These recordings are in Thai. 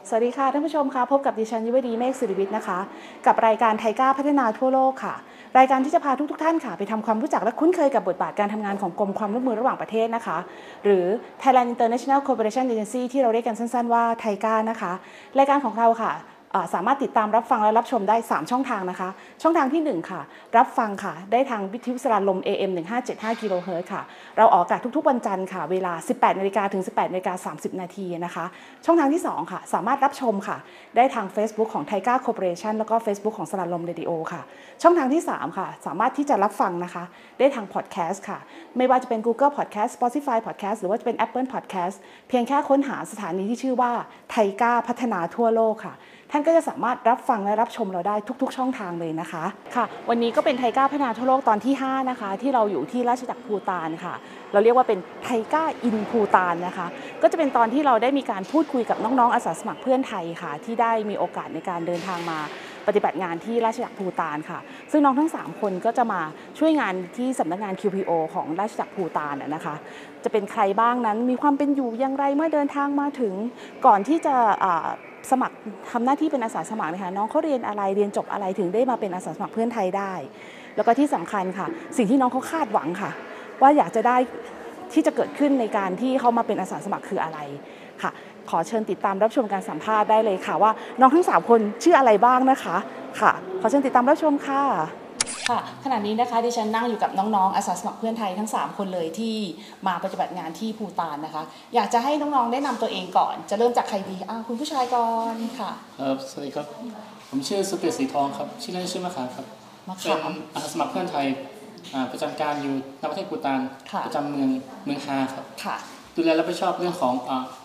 สวัสดีค่ะท่านผู้ชมค่ะพบกับดิฉันยุวดีเมฆศิริวิทย์นะคะกับรายการไทก้าพัฒนาทั่วโลกค่ะรายการที่จะพาทุกท่านค่ะไปทำความรู้จักและคุ้นเคยกับบทบาทการทำงานของกรมความร่วมมือระหว่างประเทศนะคะหรือ Thailand International Cooperation Agency ที่เราเรียกกันสั้นๆว่าไทก้านะคะรายการของเราค่ะสามารถติดตามรับฟังและรับชมได้3ช่องทางนะคะช่องทางที่1ค่ะรับฟังค่ะได้ทางวิทยุสารลม AM 1575กิโลเฮิรตซ์ค่ะเราออกอากาศทุกๆวันจันทร์ค่ะเวลา 18:00 นถึง 18:30 นนะคะช่องทางที่2ค่ะสามารถรับชมค่ะได้ทาง Facebook ของ Thaiga Corporation แล้วก็ Facebook ของสารลมเรดิโอค่ะช่องทางที่3ค่ะสามารถที่จะรับฟังนะคะได้ทาง Podcast ค่ะไม่ว่าจะเป็น Google Podcast Spotify Podcast หรือว่าจะเป็น Apple Podcast เพียงแค่ค้นหาสถานีที่ชื่อว่า Thaiga พัฒนาทั่วโลกค่ะท่านก็จะสามารถรับฟังและรับชมเราได้ทุกๆช่องทางเลยนะคะค่ะวันนี้ก็เป็นไทก้าพัฒนาทั่วโลกตอนที่5นะคะที่เราอยู่ที่ราชจักรภูฏานค่ะเราเรียกว่าเป็นไทก้าอินภูฏานนะคะก็จะเป็นตอนที่เราได้มีการพูดคุยกับน้องๆอาสาสมัครเพื่อนไทยค่ะที่ได้มีโอกาสในการเดินทางมาปฏิบัติงานที่ราชจักรภูฏานค่ะซึ่งน้องทั้ง3คนก็จะมาช่วยงานที่สำนักงาน QPO ของราชจักรภูฏานนะคะจะเป็นใครบ้างนั้นมีความเป็นอยู่อย่างไรเมื่อเดินทางมาถึงก่อนที่จะสมัครทำหน้าที่เป็นอาสาสมัครนะคะน้องเขาเรียนอะไรเรียนจบอะไรถึงได้มาเป็นอาสาสมัครเพื่อนไทยได้แล้วก็ที่สำคัญค่ะสิ่งที่น้องเขาคาดหวังค่ะว่าอยากจะได้ที่จะเกิดขึ้นในการที่เขามาเป็นอาสาสมัครคืออะไรค่ะขอเชิญติดตามรับชมการสัมภาษณ์ได้เลยค่ะว่าน้องทั้ง3คนชื่ออะไรบ้างนะคะค่ะขอเชิญติดตามรับชมค่ะค่ะขณะนี้นะคะดิฉันนั่งอยู่กับน้องๆอาสาสมัครเพื่อนไทยทั้ง3คนเลยที่มาปฏิบัติงานที่ภูฏานนะคะอยากจะให้น้องๆแนะนำตัวเองก่อนจะเริ่มจากใครดีคุณผู้ชายก่อนค่ะสวัสดีครับผมชื่อสุเกียรติศรีทองครับชื่อเล่นชื่อมะขามครับเป็นอาสาสมัครเพื่อนไทยประจำการอยู่ณประเทศภูฏานประจำเมืองฮาครับดูแลรับผิดชอบเรื่องของ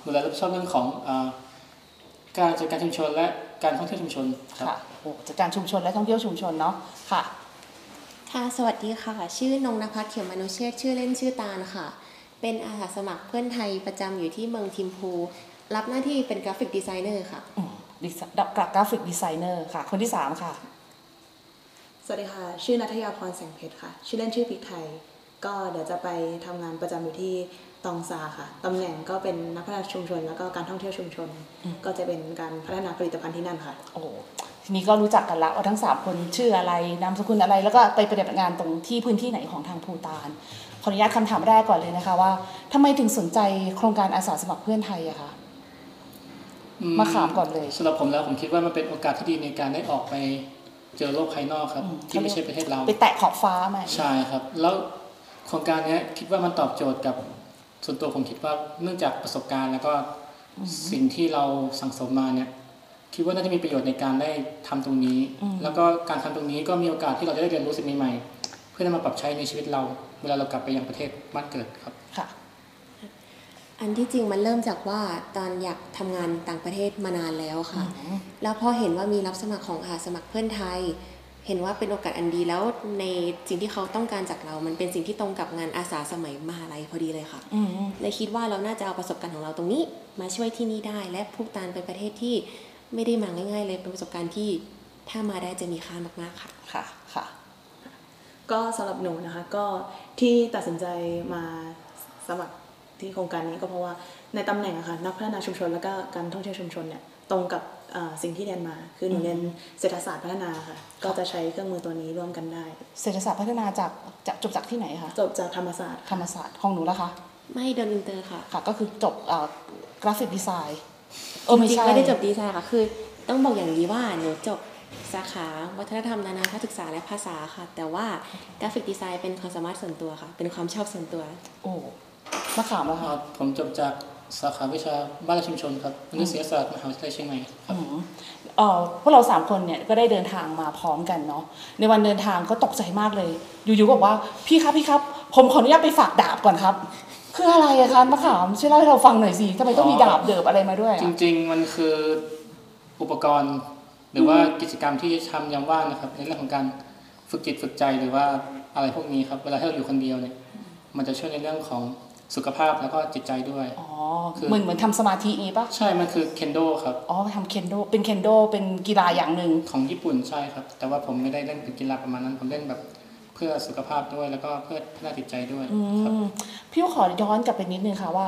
การจัดการชุมชนและการท่องเที่ยวชุมชนค่ะจัดการชุมชนและท่องเที่ยวชุมชนเนาะค่ะสวัสดีค่ะชื่อนงนภัสเขียวมนุเชษชื่อเล่นชื่อตาลค่ะเป็นอาสาสมัครเพื่อนไทยประจำอยู่ที่เมืองทิมพูรับหน้าที่เป็นกราฟิกดีไซเนอร์ค่ะกราฟิกดีไซเนอร์ค่ะคนที่3ค่ะสวัสดีค่ะชื่อณัฐยาพรแสงเพชรค่ะชื่อเล่นชื่อพริกไทยก็เดี๋ยวจะไปทำงานประจำอยู่ที่ตองซาค่ะตำแหน่งก็เป็นนักพัฒนาชุมชนแล้วก็การท่องเที่ยวชุมชนก็จะเป็นการพัฒนาผลิตภัณฑ์ที่นั่นค่ะโอ้ทีนี้ก็รู้จักกันแล้วว่าทั้ง3คนชื่ออะไรนามสกุลอะไรแล้วก็ไปปฏิบัติงานตรงที่พื้นที่ไหนของทางภูฏานขออนุญาตคำถามแรกก่อนเลยนะคะว่าทำไมถึงสนใจโครงการอาสาสมัครเพื่อนไทยอะคะมาถามก่อนเลยสำหรับผมแล้วผมคิดว่ามันเป็นโอกาสที่ดีในการได้ออกไปเจอโลกภายนอกครับที่ไม่ใช่ประเทศเราไปแตะขอบฟ้ามาใช่ครับแล้วโครงการนี้คิดว่ามันตอบโจทย์กับส่วนตัวผมคิดว่าเนื่องจากประสบการณ์แล้วก็สิ่งที่เราสั่งสมมาเนี่ยคิดว่าน่าจะมีประโยชน์ในการได้ทำตรงนี้แล้วก็การทำตรงนี้ก็มีโอกาสที่เราจะได้เรียนรู้สิ่งใหม่ๆเพื่อนำมาปรับใช้ในชีวิตเราเวลาเรากลับไปยังประเทศบ้านเกิดครับค่ะอันที่จริงมันเริ่มจากว่าตอนอยากทำงานต่างประเทศมานานแล้วค่ะแล้วพอเห็นว่ามีรับสมัครของอาสาสมัครเพื่อนไทยเห็นว่าเป็นโอกาสอันดีแล้วในสิ่งที่เขาต้องการจากเรามันเป็นสิ่งที่ตรงกับงานอาสาสมัยมหาลัยพอดีเลยค่ะเลยคิดว่าเราน่าจะเอาประสบการณ์ของเราตรงนี้มาช่วยที่นี่ได้และภูฏานเป็นประเทศที่ไม่ได้มาง่ายๆเลยเป็นประสบการณ์ที่ถ้ามาได้จะมีค่ามากๆค่ะค่ะก็สำหรับหนูนะคะก็ที่ตัดสินใจมาสมัครที่โครงการนี้ก็เพราะว่าในตำแหน่งค่ะนักพัฒนาชุมชนแล้วก็การท่องเที่ยวชุมชนเนี่ยตรงกับสิ่งที่เรียนมาคือหนูเรียนเศรษฐศาสตร์พัฒนาค่ะก็จะใช้เครื่องมือตัวนี้ร่วมกันได้เศรษฐศาสตร์พัฒนาจากจบจากที่ไหนคะจบจากธรรมศาสตร์ของหนูล่ะคะไม่เดินอินเตอร์ค่ะก็คือจบกราฟิกดีไซน์ไม่ได้จบดีไซน์ค่ะคือต้องบอกอย่างนี้ว่าหนูจบสาขาวัฒนธรรมนานาศึกษาและภาษาค่ะแต่ว่ากราฟิกดีไซน์เป็นความสามารถส่วนตัวค่ะเป็นความชอบส่วนตัวโอ้มะขามแล้วค่ะผมจบจากสาขาวิชาบ้านและชุมชนครับมนุษยศาสตร์มหาวิทยาลัยเชียงใหม่ครับพวกเรา3คนเนี่ยก็ได้เดินทางมาพร้อมกันเนาะในวันเดินทางก็ตกใจมากเลยอยู่ๆบอกว่าพี่ครับผมขออนุญาตไปฝากดาบก่อนครับคืออะไรอะคะมะขามช่วยเล่าให้เราฟังหน่อยสิทำไมต้องมีดาบเดิบอะไรมาด้วยจริงๆมันคืออุปกรณ์หรือว่ากิจกรรมที่ทำยามว่างนะครับในเรื่องของการฝึกจิตฝึกใจหรือว่าอะไรพวกนี้ครับเวลาที่เราอยู่คนเดียวเนี่ยมันจะช่วยในเรื่องของสุขภาพแล้วก็จิตใจด้วยเหมือนทำสมาธินี้ปะใช่มันคือเคนโดครับทำเคนโดเป็นเคนโดเป็นกีฬาอย่างหนึ่งของญี่ปุ่นใช่ครับแต่ว่าผมไม่ได้เล่นเป็นกีฬาประมาณนั้นผมเล่นแบบเพื่อสุขภาพด้วยแล้วก็เพื่อพัฒนาจิตใจด้วยครับพี่ขอย้อนกลับไปนิดนึงค่ะว่า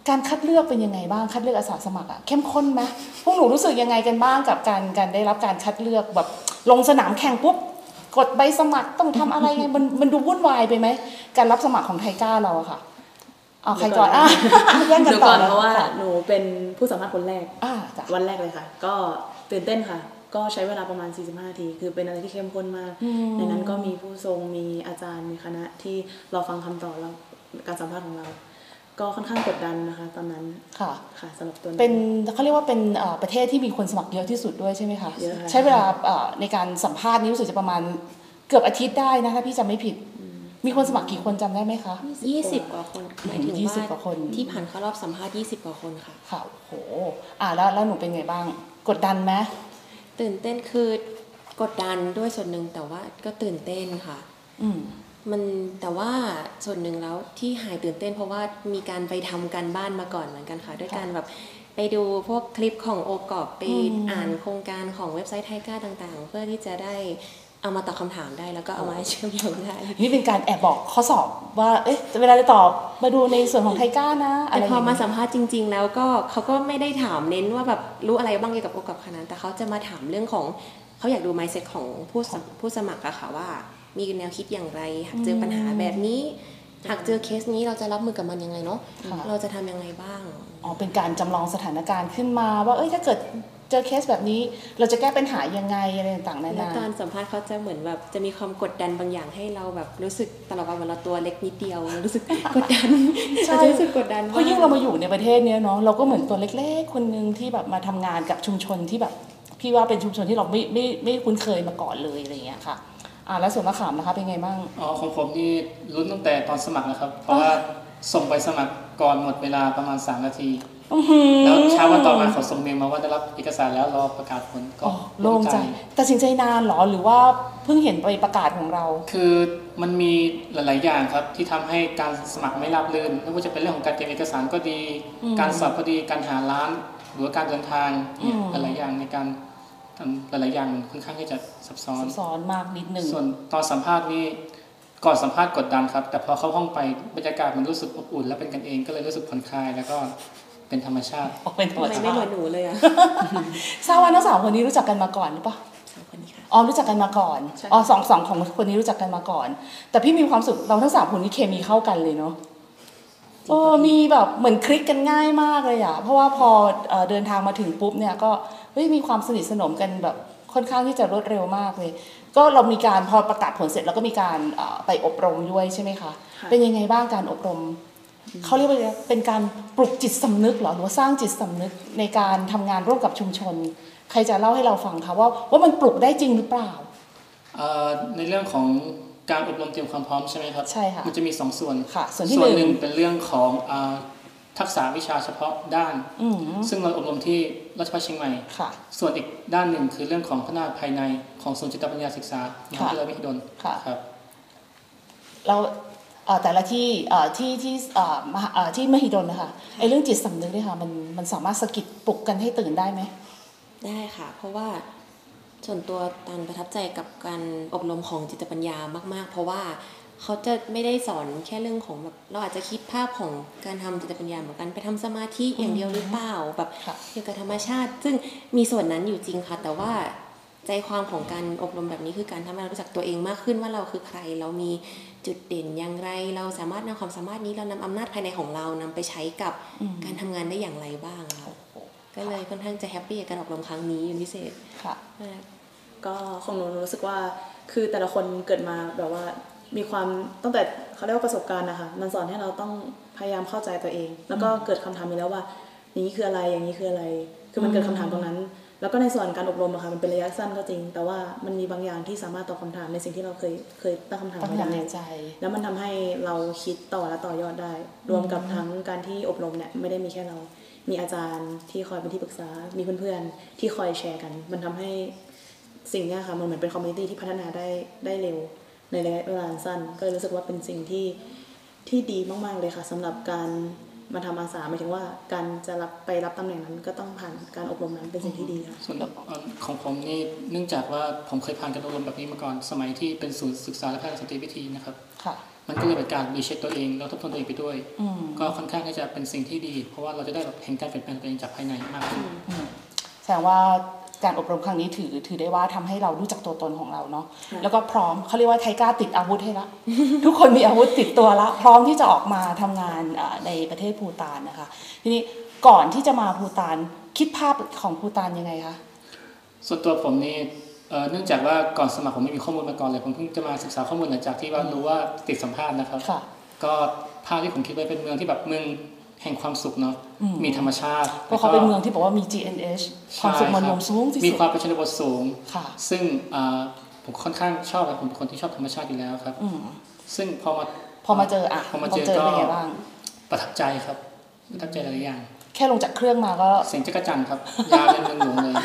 การคัดเลือกเป็นยังไงบ้างคัดเลือกอาสาสมัครอะเข้มข้นไหมพวกหนูรู้สึกยังไงกันบ้างกับการได้รับการคัดเลือกแบบลงสนามแข่งปุ๊บกดใบสมัครต้องทำอะไรไงมันดูวุ่นวายไปไหมการรับสมัครของไทก้าเราอะค่ะเอาใครก่อนแย่งกันต่อเพราะว่าหนูเป็นผู้สัมภาษณ์คนแรกจ้ะวันแรกเลยค่ะ ก็ตื่นเต้นค่ะ ก็ใช้เวลาประมาณ45นาทีคือเป็นอะไรที่เข้มข้นมากในนั้นก็มีผู้ทรงมีอาจารย์มีคณะที่รอฟังคำตอบแล้วการสัมภาษณ์ของเราก็ค่อนข้างกดดันนะคะตอนนั้นค่ะสำหรับตัวเป็นเขาเรียกว่าเป็นประเทศที่มีคนสมัครเยอะที่สุดด้วยใช่ไหมคะเยอะค่ะใช้เวลาในการสัมภาษณ์นี้รู้สึกจะประมาณเกือบอาทิตย์ได้นะถ้าพี่จำไม่ผิดมีคนสมัครกี่คนจำได้ไหมคะ 20 กว่าคนหมายถึงว่าที่ผ่านเข้ารอบสัมภาษณ์20 กว่าคนค่ะค่ะโหแล้วหนูเป็นไงบ้างกดดันไหมตื่นเต้นคือกดดันด้วยส่วนหนึ่งแต่ว่าก็ตื่นเต้นค่ะมันแต่ว่าส่วนหนึ่งแล้วที่หายตื่นเต้นเพราะว่ามีการไปทำการบ้านมาก่อนเหมือนกันค่ะด้วยการแบบไปดูพวกคลิปของโอกอบไปอ่านโครงการของเว็บไซต์ไทก้าต่างๆเพื่อที่จะได้เอามาตอบคำถามได้แล้วก็เอามาเชื่อมโยงได้นี่เป็นการแอบบอกข้อสอบว่าเวลาจะตอบมาดูในส่วนของไทก้านะแต่พอมาสัมภาษณ์จริงๆแล้วก็เขาก็ไม่ได้ถามเน้นว่าแบบรู้อะไรบ้างเกี่ยวกับโอกอบขนาดแต่เขาจะมาถามเรื่องของเขาอยากดู mindset ของผู้สมัครอะค่ะว่ามีแนวคิดอย่างไรหากเจอปัญหาแบบนี้หากเจอเคสนี้เราจะรับมือกับมันยังไงเนาะเราจะทำยังไงบ้างเป็นการจำลองสถานการณ์ขึ้นมาว่าถ้าเกิดเจอเคสแบบนี้เราจะแก้ปัญหายังไงอะไรต่างๆนานาแล้วตอนสัมภาษณ์เขาจะเหมือนแบบจะมีความกดดันบางอย่างให้เราแบบรู้สึกตลอดวันเราตัวเล็กนิดเดียวรู้สึกกดดันเราจะรู้สึกกดดันเพราะยิ่งเรามาอยู่ในประเทศนี้เนาะเราก็เหมือนตัวเล็กๆคนนึงที่แบบมาทำงานกับชุมชนที่แบบพี่ว่าเป็นชุมชนที่เราไม่คุ้นเคยมาก่อนเลยอะไรอย่างเงี้ยค่ะแล้วส่วนมะขามนะคะเป็นไงบ้างของผมนี่ลุ้นตั้งแต่ตอนสมัครนะครับเพราะว่าส่งไปสมัครก่อนหมดเวลาประมาณ3 นาทีแล้วเช้าวันต่อมาเขาส่งเมลมาว่าได้รับเอกสารแล้วรอประกาศผลก็โล่งใจแต่สินใจนานหรอหรือว่าเพิ่งเห็นไปประกาศของเราคือมันมีหลายๆอย่างครับที่ทำให้การสมัครไม่ราบรื่นไม่ว่าจะเป็นเรื่องของการเตรียมเอกสารก็ดีการสอบก็ดีการหาร้านหรือการเดินทางหลายๆอย่างในการหลายๆอย่างมันค่อนข้างที่จะซับซ้อนมากนิดนึงส่วนตอนสัมภาษณ์นี่ก่อนสัมภาษณ์กดดันครับแต่พอเข้าห้องไปบรรยากาศมันรู้สึกอบอุ่นและเป็นกันเองก็เลยรู้สึกผ่อนคลายแล้วก็เป็นธรรมชาติเป็นธรรมชาติไม่เหมือนหนูเลยอะทราบว่าทั้ง3 คนนี้รู้จักกันมาก่อนหรือเปล่า 3 คนนี้ค่ะรู้จักกันมาก่อนสองของคนนี้รู้จักกันมาก่อนแต่พี่มีความสุขเราทั้ง3 คนนี้เคมีเข้ากันเลยเนาะมีแบบเหมือนคลิกกันง่ายมากเลยอะเพราะว่าพอเดินทางมาถึงปุ๊บเนี่ยก็มีความสนิทสนมกันแบบค่อนข้างที่จะรวดเร็วมากเลยก็เรามีการพอประกาศผลเสร็จแล้วก็มีการไปอบรมด้วยใช่ไหมคะเป็นยังไงบ้างการอบรมเขาเรียกว่าเป็นการปลุกจิตสำนึกหรือว่าสร้างจิตสำนึกในการทำงานร่วมกับชุมชนใครจะเล่าให้เราฟังคะว่ามันปลุกได้จริงหรือเปล่าในเรื่องของการอบรมเตรียมความพร้อมใช่ไหมครับใช่ค่ะมันจะมี2 ส่วนค่ะส่วนหนึ่งเป็นเรื่องของทักษะวิชาเฉพาะด้านซึ่งเราอบรมที่ราชภัฏเชียงใหม่ส่วนอีกด้านหนึ่งคือเรื่องของพัฒนาภายในของศูนย์จิตปัญญาศึกษามหาวิทยาลัยมหิดลครับเราแต่ละที่ที่มหิดลนะคะไอ้เรื่องจิตสำนึกเนี่ยค่ะมันสามารถสะกิดปลุกกันให้ตื่นได้ไหมได้ค่ะเพราะว่าส่วนตัวตันประทับใจกับการอบรมของจิตปัญญามากๆเพราะว่าเขาจะไม่ได้สอนแค่เรื่องของแบบเราอาจจะคิดภาพของการทำจิตปัญญาเหมือนกันไปทำสมาธิอย่างเดียวหรือเปล่าแบบเกี่ยวกับธรรมชาติซึ่งมีส่วนนั้นอยู่จริงค่ะแต่ว่าใจความของการอบรมแบบนี้คือการทำให้เรารู้จักตัวเองมากขึ้นว่าเราคือใครเรามีจุดเด่นอย่างไรเราสามารถนำความสามารถนี้เรานำอำนาจภายในของเรานำไปใช้กับการทำงานได้อย่างไรบ้างก็เลยค่อนข้างจะแฮปปี้กับการอบรมครั้งนี้เป็นพิเศษค่ะก็ของหนูรู้สึกว่าคือแต่ละคนเกิดมาแบบว่ามีความตั้งแต่เขาเรียกว่าประสบการณ์นะคะมันสอนให้เราต้องพยายามเข้าใจตัวเองแล้วก็เกิดคำถามนี้แล้วว่าอย่างนี้คืออะไรอย่างนี้คืออะไรคือมันเกิดคำถามตรงนั้นแล้วก็ในส่วนการอบรมอะค่ะมันเป็นระยะสั้นก็จริงแต่ว่ามันมีบางอย่างที่สามารถตอบคำถามในสิ่งที่เราเคยตั้งคำถามไม่ได้แล้วมันทำให้เราคิดต่อและต่อยอดได้รวมกับทั้งการที่อบรมเนี่ยไม่ได้มีแค่เรามีอาจารย์ที่คอยเป็นที่ปรึกษามีเพื่อนๆที่คอยแชร์กันมันทำให้สิ่งนี้ค่ะมันเหมือนเป็นคอมมูนิตี้ที่พัฒนาได้เร็วในระยะเวลาสั้นก็รู้สึกว่าเป็นสิ่งที่ดีมากๆเลยค่ะสำหรับการมาทำอาสาหมายถึงว่าการจะไปรับตำแหน่งนั้นก็ต้องผ่านการอบรมนั้นเป็นสิ่งที่ดีค่ะส่วนของผมนี่เนื่องจากว่าผมเคยผ่านการอบรมแบบนี้มาก่อนสมัยที่เป็นศูนย์ศึกษาและพัฒนาสันติวิธีนะครับมันก็เลยเป็นการรีเช็คตัวเองแล้วทบทวนตัวเองไปด้วยก็ค่อนข้างที่จะเป็นสิ่งที่ดีเพราะว่าเราจะได้แบบเห็นการเปลี่ยนแปลงตัวเองจากภายในมากขึ้นแสดงว่าการอบรมครั้งนี้ถือได้ว่าทำให้เรารู้จักตัวตนของเราเนาะแล้วก็พร้อมเขาเรียกว่าไทก้าติดอาวุธให้ละ ทุกคนมีอาวุธติดตัวละพร้อมที่จะออกมาทำงานในประเทศภูฏานนะคะทีนี้ก่อนที่จะมาภูฏานคิดภาพของภูฏานยังไงคะส่วนตัวผมนี่เนื่องจากว่าก่อนสมัครผมไม่มีข้อมูลมาก่อนเลยผมเพิ่งจะมาศึกษาข้อมูลหลังจากที่ว่ารู้ว่าติดสัมภาษณ์นะครับก็ภาพที่ผมคิดไว้เป็นเมืองที่แบบเมืองแห่งความสุขเนาะมีธรรมชาติเพราะเขาเป็นเมืองที่บอกว่ามี GNH ความสุขมวลรวมสูงที่สุดมีความเป็นชนบทสูงซึ่งผมค่อนข้างชอบผมเป็นคนที่ชอบธรรมชาติอยู่แล้วครับซึ่งพอมาเจอก็ประทับใจครับประทับใจหลายอย่างแค่ลงจากเครื่องมาก็เสียงจักรจั่นครับยาวเป็นเมืองหลวงเลย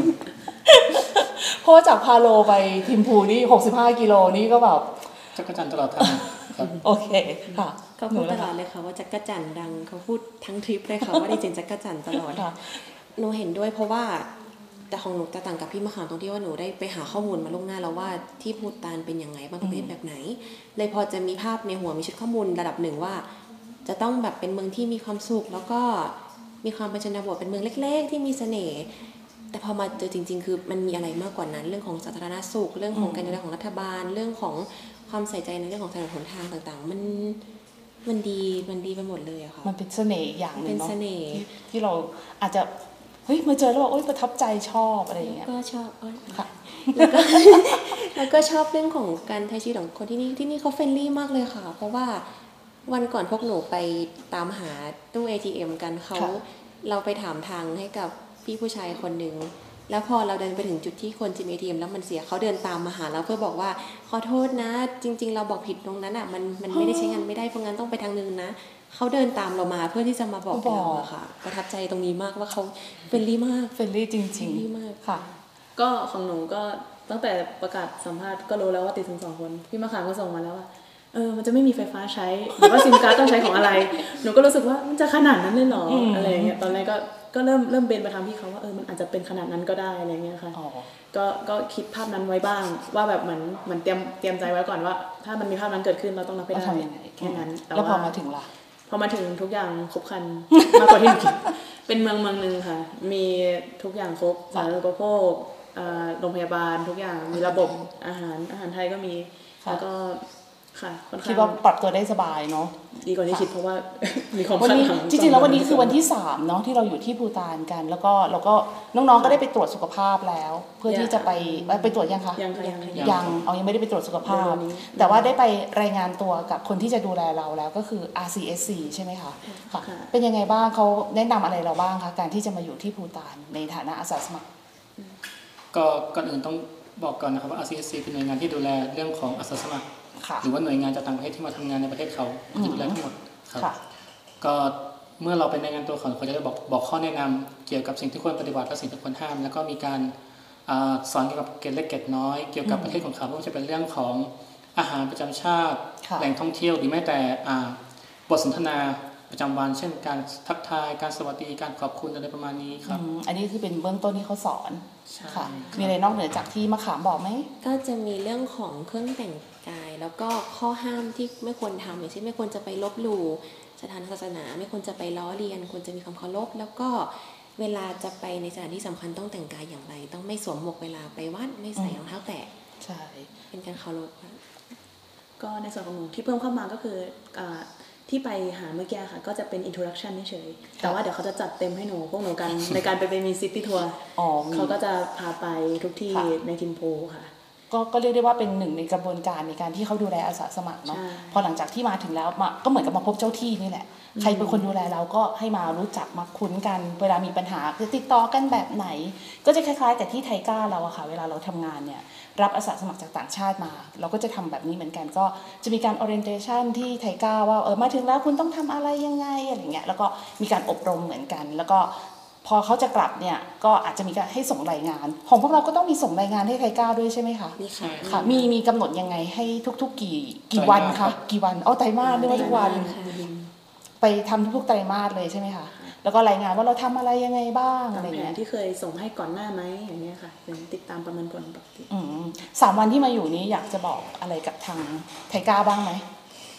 เพราะจากพาโลไปทิมพูนี่65กิโลนี่ก็แบบจักรจั่นตลอดทางโอเคค่ะเขาพูดตลอดเลยค่ะว่าจักรจั่นดังเขาพูดทั้งทริปเลยค่ะว่าได้เจนจักรจั่นตลอดหนูเห็นด้วยเพราะว่าแต่ของหนูจะต่างกับพี่มะขามตรงที่ว่าหนูได้ไปหาข้อมูลมาล่วงหน้าแล้วว่าที่ภูฏานเป็นยังไงบ้างประเทศแบบไหนเลยพอจะมีภาพในหัวมีชุดข้อมูลระดับหนึ่งว่าจะต้องแบบเป็นเมืองที่มีความสุขแล้วก็มีความเป็นชนบทเป็นเมืองเล็กๆที่มีเสน่ห์แต่พอมาเจอจริงๆคือมันมีอะไรมากกว่านั้นเรื่องของสาธารณสุขเรื่องของการดูแลของรัฐบาลเรื่องของความใส่ใจในเรื่องของถนนหนทางต่างๆมันดีไปหมดเลยอะค่ะมันเป็นเสน่ห์อย่างนึงเนาะเป็นเสน่ห์ที่เราอาจจะเฮ้ยมาเจอแล้วโอ๊ยประทับใจชอบอะไรอย่างเงี้ยก็ชอบค่ะแล้วก็ชอบเรื่องของการใช้ชีวิตของคนที่นี่เขาเฟรนลี่มากเลยค่ะเพราะว่าวันก่อนพวกหนูไปตามหาตู้ ATM กันเราไปถามทางให้กับพี่ผู้ชายคนหนึ่งแล้วพอเราเดินไปถึงจุดที่คนจิ้ม ATM แล้วมันเสียเขาเดินตามมาหาเราเพื่อบอกว่าขอโทษนะจริงๆเราบอกผิดตรงนั้นอ่ะมันไม่ได้ใช้งานไม่ได้เพราะงั้นต้องไปทางนึงนะเขาเดินตามเรามาเพื่อที่จะมาบอกเราอะค่ะประทับใจตรงนี้มากว่าเขาเฟรนลี่มากเฟรนลี่จริงๆเฟรนลี่มากค่ะก็ของหนูก็ตั้งแต่ประกาศสัมภาษณ์ก็รู้แล้วว่าติดถึง2คนพี่มะขามก็ส่งมาแล้วว่ามันจะไม่มีไฟฟ้าใช้หรือว่าซิมการ์ดต้องใช้ของอะไรหนูก็รู้สึกว่ามันจะขนาดนั้นเลยเหรออะไรอย่างเงี้ยตอนแรกก็เริ่มเบนไปทางพี่เขาว่ามันอาจจะเป็นขนาดนั้นก็ได้อะไรเงี้ยค่ะก็คิดภาพนั้นไว้บ้างว่าแบบเหมือนเตรียมใจไว้ก่อนว่าถ้ามันมีภาพนั้นเกิดขึ้นเราต้องรับให้ได้แค่นั้นแล้วพอมาถึงล่ะพอมาถึงทุกอย่างครบครันมากกว่าที่คิดเป็นเมืองนึงค่ะมีทุกอย่างครบสาธารณูปโภคโรงพยาบาลทุกอย่างมีระบบอาหารไทยก็มีแล้วก็ค่ะคิดว่าปรับตัวได้สบายเนาะดีกว่าที่คิดเพราะว่ามีความคาดหวังจริงๆแล้ววันนี้คือวันที่3เนาะที่เราอยู่ที่ภูฏานกันแล้วก็เราก็น้องๆก็ได้ไปตรวจสุขภาพแล้วเพื่อที่จะไปตรวจยังคะยังไม่ได้ไปตรวจสุขภาพแต่ว่าได้ไปรายงานตัวกับคนที่จะดูแลเราแล้วก็คือ RCSC ใช่ไหมคะค่ะเป็นยังไงบ้างเขาแนะนำอะไรเราบ้างคะการที่จะมาอยู่ที่ภูฏานในฐานะอาสาสมัครก็ก่อนอื่นต้องบอกก่อนนะครับว่า RCSC เป็นหน่วยงานที่ดูแลเรื่องของอาสาสมัครหรือว่าหน่วยงานจากต่างประเทศที่มาทำงานในประเทศเขาจะดูแลทั้งหมดครับก็เมื่อเราไปรายงานตัวเขาจะได้บอกข้อแนะนำเกี่ยวกับสิ่งที่ควรปฏิบัติและสิ่งที่ควรห้ามแล้วก็มีการสอนเกี่ยวกับเกร็ดเล็กเกร็ดน้อยเกี่ยวกับประเทศของเขาไม่ว่าจะเป็นเรื่องของอาหารประจำชาติแหล่งท่องเที่ยวหรือแม้แต่บทสนทนาประจำวันเช่นการทักทายการสวัสดีการขอบคุณอะไรประมาณนี้ครับอันนี้คือเป็นเบื้องต้นที่เขาสอนค่ะมีอะไรนอกเหนือจากที่มะขามบอกไหมก็จะมีเรื่องของเครื่องแต่งกายแล้วก็ข้อห้ามที่ไม่ควรทำอย่างเช่นไม่ควรจะไปลบหลู่สถานศาสนาไม่ควรจะไปล้อเลียนควรจะมีความเคารพแล้วก็เวลาจะไปในสถานที่สำคัญต้องแต่งกายอย่างไรต้องไม่สวมหมวกเวลาไปวัดไม่ใส่รองเท้าแตะใช่เป็นการเคารพก็ในส่วนของหนูที่เพิ่มเข้ามาก็คือที่ไปหาเมื่อกี้ค่ะก็จะเป็น introduction เฉยๆแต่ว่าเดี๋ยวเขาจะจัดเต็มให้พวกหนูกันในการไปมี city tour เขาก็จะพาไปทุกที่ในทิมโพค่ะก็เรียกได้ว่าเป็นหนึ่งในกระบวนการในการที่เขาดูแลอาสาสมัครเนาะพอหลังจากที่มาถึงแล้วก็เหมือนกับมาพบเจ้าที่นี่แหละใครเป็นคนดูแลเราก็ให้มารู้จักมาคุ้นกันเวลามีปัญหาจะติดต่อกันแบบไหนก็จะคล้ายๆแต่ที่ไทก้าเราอะค่ะเวลาเราทำงานเนี่ยรับอาสาสมัครจากต่างชาติมาเราก็จะทำแบบนี้เหมือนกันก็จะมีการ orientation ที่ไทก้าว่ามาถึงแล้วคุณต้องทำอะไรยังไงอะไรเงี้ยแล้วก็มีการอบรมเหมือนกันแล้วก็พอเขาจะกลับเนี่ยก็อาจจะมีการให้ส่งรายงานของพวกเราก็ต้องมีส่งรายงานให้ไทก้าด้วยใช่ไหมคะมีค่ะมีกำหนดยังไงให้ทุกๆกี่วันคะกี่วันไตรมาสไม่ว่าทุกวันไปทำทุกๆไตรมาสเลยใช่ไหมคะแล้วก็รายงานว่าเราทำอะไรยังไงบ้างอะไรเงี้ยที่เคยส่งให้ก่อนหน้าไหมอย่างเงี้ยค่ะติดตามประเมินผลปกติ 3 วันที่มาอยู่นี้อยากจะบอกอะไรกับทางไทก้าบ้างไหม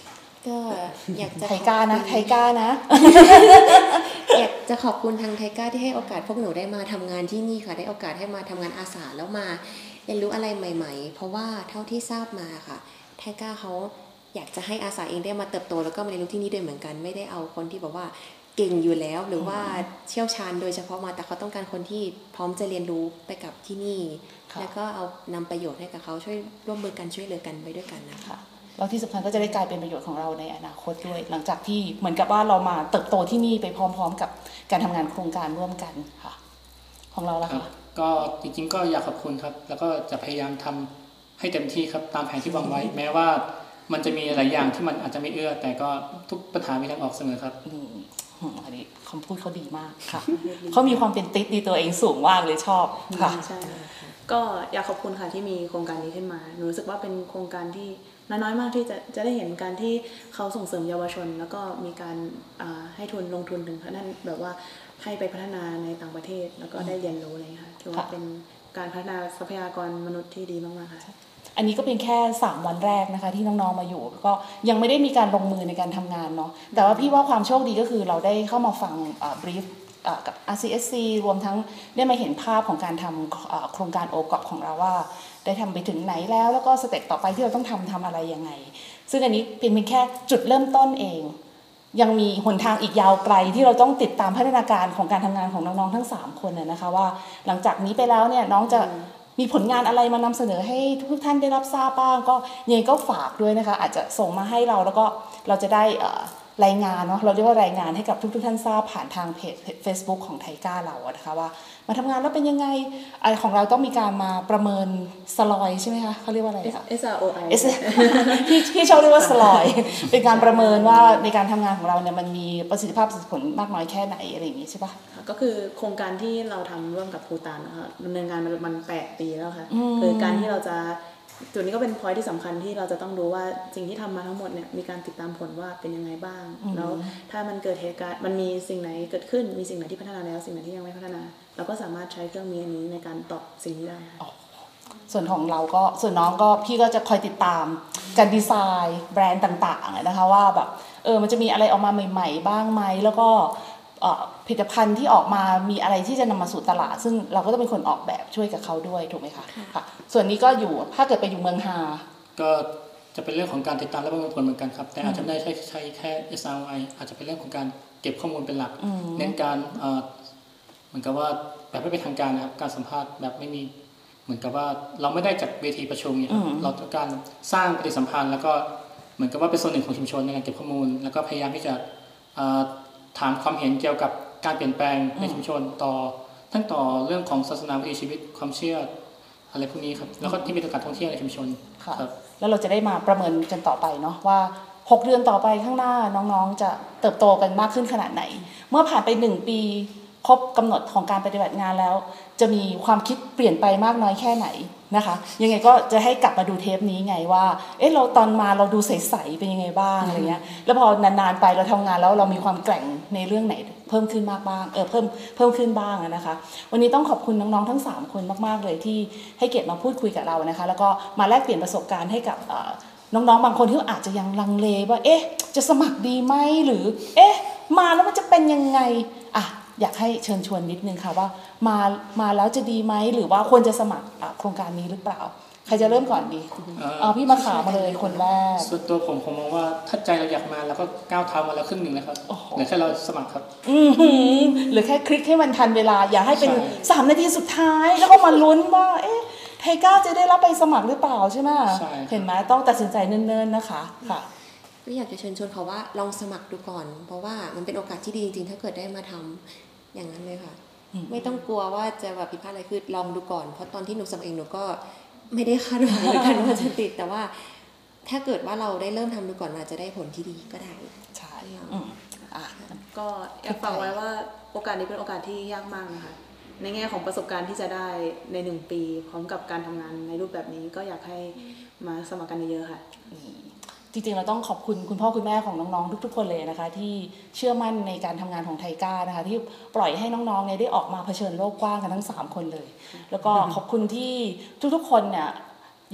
ก็อยากจะไทก้านะไทก้านะอยากจะขอบคุณทางไทก้าที่ให้โอกาสพวกหนูได้มาทำงานที่นี่ค่ะได้โอกาสให้มาทำงานอาสาแล้วมาเรียนรู้อะไรใหม่ๆเพราะว่าเท่าที่ทราบมาค่ะไทก้าเขาอยากจะให้อาสาเองได้มาเติบโตแล้วก็มาเรียนรู้ที่นี่ด้วยเหมือนกันไม่ได้เอาคนที่แบบว่าเก่งอยู่แล้วหรือว่าเชี่ยวชาญโดยเฉพาะมาแต่เขาต้องการคนที่พร้อมจะเรียนรู้ไปกับที่นี่แล้วก็เอานำประโยชน์ให้กับเขาช่วยร่วมมือกันช่วยเหลือกันไปด้วยกันนะคะแล้วที่สำคัญก็จะได้กลายเป็นประโยชน์ของเราในอนาคตด้วยหลังจากที่เหมือนกับว่าเรามาเติบโตที่นี่ไปพร้อมๆกับการทำงานโครงการร่วมกันค่ะของเราล่ะคะก็จริงๆก็อยากขอบคุณครับแล้วก็จะพยายามทำให้เต็มที่ครับตามแผนที่วางไว้แม้ว่ามันจะมีหลายอย่างที่มันอาจจะไม่เอื้อแต่ก็ทุกปัญหามีทางออกเสมอครับอันนี้คำพูดเขาดีมากค่ะเขามีความเป็นติ๊ดดีตัวเองสูงมากเลยชอบค่ะใช่ก็อยากขอบคุณค่ะที่มีโครงการนี้ขึ้นมาหนูรู้สึกว่าเป็นโครงการที่น้อยมากที่จะได้เห็นการที่เขาส่งเสริมเยาวชนแล้วก็มีการให้ทุนลงทุนถึงขนาดแบบว่าให้ไปพัฒนาในต่างประเทศแล้วก็ได้เรียนรู้อะไรค่ะถือว่าเป็นการพัฒนาทรัพยากรมนุษย์ที่ดีมากๆค่ะอันนี้ก็เป็นแค่3วันแรกนะคะที่น้องๆมาอยู่ก็ยังไม่ได้มีการลงมือในการทำงานเนาะแต่ว่าพี่ว่าความโชคดีก็คือเราได้เข้ามาฟังบรีฟกับ RCSC รวมทั้งได้มาเห็นภาพของการทำโครงการโอกอปของเราว่าได้ทำไปถึงไหนแล้วก็สเต็ปต่อไปที่เราต้องทำอะไรยังไงซึ่งอันนี้เป็นแค่จุดเริ่มต้นเองยังมีหนทางอีกยาวไกลที่เราต้องติดตามพัฒนาการของการทำงานของน้องๆทั้ง3คนนะคะว่าหลังจากนี้ไปแล้วเนี่ยน้องจะมีผลงานอะไรมานำเสนอให้ทุกท่านได้รับทราบบ้างก็ยังไงก็ฝากด้วยนะคะอาจจะส่งมาให้เราแล้วก็เราจะได้รายงานเนาะเราเรียกว่ารายงานให้กับทุกท่านทราบผ่านทางเพจ Facebook ของไทก้าเราอะนะคะว่ามาทำงานแล้วเป็นยังไงของเราต้องมีการมาประเมินสลอยใช่ไหมคะเขาเรียกว่าอะไรคะ SROI พี่ชอบเรียกว่าสลอยเป็นการประเมินว่าในการทำงานของเราเนี่ยมันมีประสิทธิภาพผลมากน้อยแค่ไหนอะไรอย่างนี้ใช่ปะก็คือโครงการที่เราทำร่วมกับภูฏานนะคะดำเนินงานมัน8 ปีแล้วค่ะคือการที่เราจะจุดนี้ก็เป็น point ที่สำคัญที่เราจะต้องดูว่าสิ่งที่ทำมาทั้งหมดเนี่ยมีการติดตามผลว่าเป็นยังไงบ้างแล้วถ้ามันเกิดเหตุการณ์มันมีสิ่งไหนเกิดขึ้นมีสิ่งไหนที่พัฒนาแล้วสิ่งไหนที่ยังไม่พัฒนาเราก็สามารถใช้เครื่องมือนี้ในการตอบสิ่งนี้ได้ส่วนของเราก็ส่วนน้องก็พี่ก็จะคอยติดตามการดีไซน์แบรนด์ต่างๆนะคะว่าแบบมันจะมีอะไรออกมาใหม่ๆบ้างไหมแล้วก็ผลิตภัณฑ์ที่ออกมามีอะไรที่จะนำมาสู่ตลาดซึ่งเราก็ต้องเป็นคนออกแบบช่วยกับเขาด้วยถูกไหมคะค่ะส่วนนี้ก็อยู่ถ้าเกิดไปอยู่เมืองฮาก็จะเป็นเรื่องของการติดตามและประเมินผลเหมือนกันครับแต่อาจจะไม่ได้ใช้แค่ SROI อาจจะเป็นเรื่องของการเก็บข้อมูลเป็นหลักเน้นการเหมือนกับว่าแบบไม่เป็นทางการนะครับการสัมภาษณ์แบบไม่มีเหมือนกับว่าเราไม่ได้จัดเวทีประชุมเนี่ยเราต้องการสร้างปฏิสัมพันธ์แล้วก็เหมือนกับว่าเป็นส่วนหนึ่งของชุมชนในการเก็บข้อมูลแล้วก็พยายามที่จะถามความเห็นเกี่ยวกับการเปลี่ยนแปลงในชุมชนทั้งต่อเรื่องของศาสนาวิถีชีวิตความเชื่ออะไรพวกนี้ครับแล้วก็ที่มีต่อการท่องเที่ยวในชุมชนครับแล้วเราจะได้มาประเมินกันต่อไปเนาะว่า6 เดือนต่อไปข้างหน้าน้องๆจะเติบโตกันมากขึ้นขนาดไหนเมื่อผ่านไป1 ปีครบกำหนดของการปฏิบัติงานแล้วจะมีความคิดเปลี่ยนไปมากน้อยแค่ไหนนะคะยังไงก็จะให้กลับมาดูเทปนี้ไงว่าเราตอนมาเราดูใสๆเป็นยังไงบ้างอะไรเงี้ยแล้วพอนานๆไปเราทำงานแล้วเรามีความแกร่งในเรื่องไหนเพิ่มขึ้นมากบ้างเพิ่มขึ้นบ้างนะคะวันนี้ต้องขอบคุณน้องๆทั้ง3คนมากๆเลยที่ให้เกียรติมาพูดคุยกับเรานะคะแล้วก็มาแลกเปลี่ยนประสบการณ์ให้กับน้องๆบางคนที่อาจจะยังลังเลว่าจะสมัครดีไหมหรือมาแล้วมันจะเป็นยังไงอยากให้เชิญชวนนิดนึงค่ะว่ามาแล้วจะดีไหมหรือว่าควรจะสมัครโครงการนี้หรือเปล่าใครจะเริ่มก่อนดีพี่มาขาวมาเลยคนแรกส่วนตัวผมมองว่าถ้าใจเราอยากมาแล้วก็ก้าวเท้ามาแล้วครึ่งหนึ่งแล้วครับเหลือแค่เราสมัครครับหรือแค่คลิกให้มันทันเวลาอย่าให้เป็น3 นาทีสุดท้ายแล้วก็มาลุ้นว่าไทก้าจะได้รับไปสมัครหรือเปล่าใช่ไหมเห็นไหมต้องตัดสินใจเนิ่นๆนะคะค่ะก็อยากจะเชิญชวนเขาว่าลองสมัครดูก่อนเพราะว่ามันเป็นโอกาสที่ดีจริงๆถ้าเกิดได้มาทำอย่างนั้นเลยค่ะไม่ต้องกลัวว่าจะแบบผิดพลาดอะไรคือลองดูก่อนเพราะตอนที่หนูสมัครเองหนูก็ไม่ได้คาดหวังเหมือนกันว่าจะติดแต่ว่าถ้าเกิดว่าเราได้เริ่มทำดูก่อนมันจะได้ผลที่ดีก็ได้ใช่ก็อยากฝากไว้ว่าโอกาสนี้เป็นโอกาสที่ยากมากนะคะในแง่ของประสบการณ์ที่จะได้ใน1 ปีพร้อมกับการทำงานในรูปแบบนี้ก็อยากให้มาสมัครกันเยอะๆค่ะจริงๆเราต้องขอบคุณคุณพ่อคุณแม่ของน้องๆทุกๆคนเลยนะคะที่เชื่อมั่นในการทำงานของไทก้านะคะที่ปล่อยให้น้องๆเนี่ยได้ออกมาเผชิญโลกกว้างกันทั้ง3 คนเลยแล้วก็ขอบคุณที่ทุกๆคนเนี่ย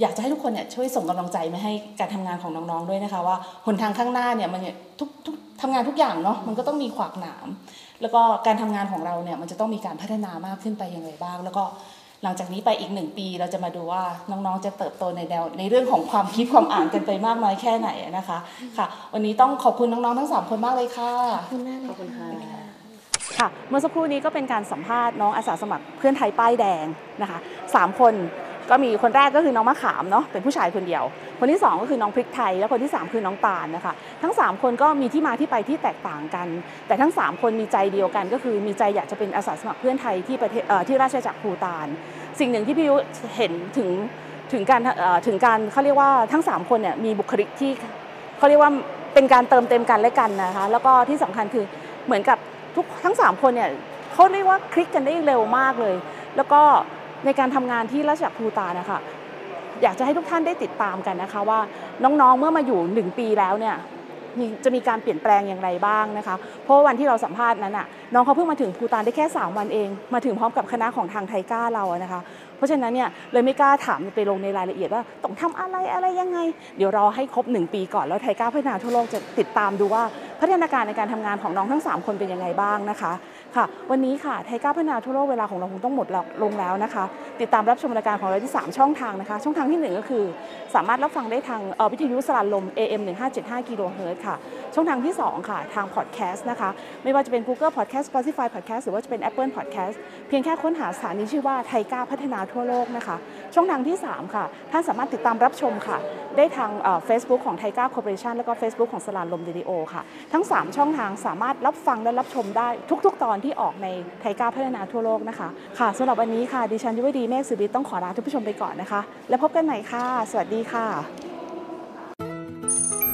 อยากจะให้ทุกคนเนี่ยช่วยส่งกำลังใจมาให้การทำงานของน้องๆด้วยนะคะว่าหนทางข้างหน้าเนี่ยมันเนี่ยทุกทำงานทุกอย่างเนาะมันก็ต้องมีขวากหนามแล้วก็การทำงานของเราเนี่ยมันจะต้องมีการพัฒนามากขึ้นไปอย่างไรบ้างแล้วก็หลังจากนี้ไปอีก1 ปีเราจะมาดูว่าน้องๆจะเติบโตในเรื่องของความคิดความอ่านกันไปมากน้อยแค่ไหนนะคะค่ะวันนี้ต้องขอบคุณน้องๆทั้ง3คนมากเลยค่ะขอบคุณมากเลยค่ะเมื่อสักครู่นี้ก็เป็นการสัมภาษณ์น้องอาสาสมัครเพื่อนไทยป้ายแดงนะคะ3 คนก็มีคนแรกก็คือน้องมะขามเนาะเป็นผู้ชายคนเดียวคนที่2ก็คือน้องพริกไทยแล้วคนที่3คือน้องตาลนะคะทั้ง3คนก็มีที่มาที่ไปที่แตกต่างกันแต่ทั้ง3คนมีใจเดียวกันก็คือมีใจอยากจะเป็นอาสาสมัครเพื่อนไทยที่ประเทศที่ราชอาณาจักรภูฏานสิ่งหนึ่งที่พี่ยุเห็นถึงการเขาเรียกว่าทั้ง3คนเนี่ยมีบุคลิกที่เขาเรียกว่าเป็นการเติมเต็มกันและกันนะคะแล้วก็ที่สำคัญคือเหมือนกับทั้ง3คนเนี่ยเขาเรียกว่าคลิกกันได้เร็วมากเลยแล้วก็ในการทำงานที่ราชอาณาจักรภูฏานนะคะอยากจะให้ทุกท่านได้ติดตามกันนะคะว่าน้องๆเมื่อมาอยู่1 ปีแล้วเนี่ยจะมีการเปลี่ยนแปลงอย่างไรบ้างนะคะเพราะวันที่เราสัมภาษณ์นั้นน่ะน้องเขาเพิ่งมาถึงภูฏานได้แค่3 วันเองมาถึงพร้อมกับคณะของทางไทก้าเรานะคะเพราะฉะนั้นเนี่ยเลยไม่กล้าถามไปลงในรายละเอียดว่าต้องทำอะไรยังไงเดี๋ยวรอให้ครบ1 ปีก่อนแล้วไทก้าพัฒนาทั่วโลกจะติดตามดูว่าพัฒนาการในการทำงานของน้องทั้ง3 คนเป็นยังไงบ้างนะคะค่ะวันนี้ค่ะไทก้าพัฒนาทั่วโลกเวลาของเราคงต้องหมดลงแล้วนะคะติดตามรับชมรายการของเราที่3 ช่องทางนะคะช่องทางที่1ก็คือสามารถรับฟังได้ทางวิทยุสลันลม AM 1575 กิโลเฮิรตซ์ค่ะช่องทางที่2ค่ะทางพอดแคสต์นะคะไม่ว่าจะเป็น Google Podcast Spotify Podcast หรือว่าจะเป็น Apple Podcast เพียงแค่ค้นหาสถานีชื่อว่าไทก้าพัฒนาทั่วโลกนะคะช่องทางที่3ค่ะท่านสามารถติดตามรับชมค่ะได้ทางFacebook ของไทก้าคอร์ปอเรชั่นแล้วก็ Facebook ของสลันลมเรดิโอค่ะทั้ง3 ช่องทางสามารถรับฟังและรับชมได้ทุกๆตอนที่ออกในไทก้าพัฒนาทั่วโลกนะคะค่ะสำหรับวันนี้ค่ะดิฉันยุวดีเมฆสุริต้องขอลาทุกผู้ชมไปก่อนนะคะแล้วพบกันใหม่ค่ะสวัสดีค่ะ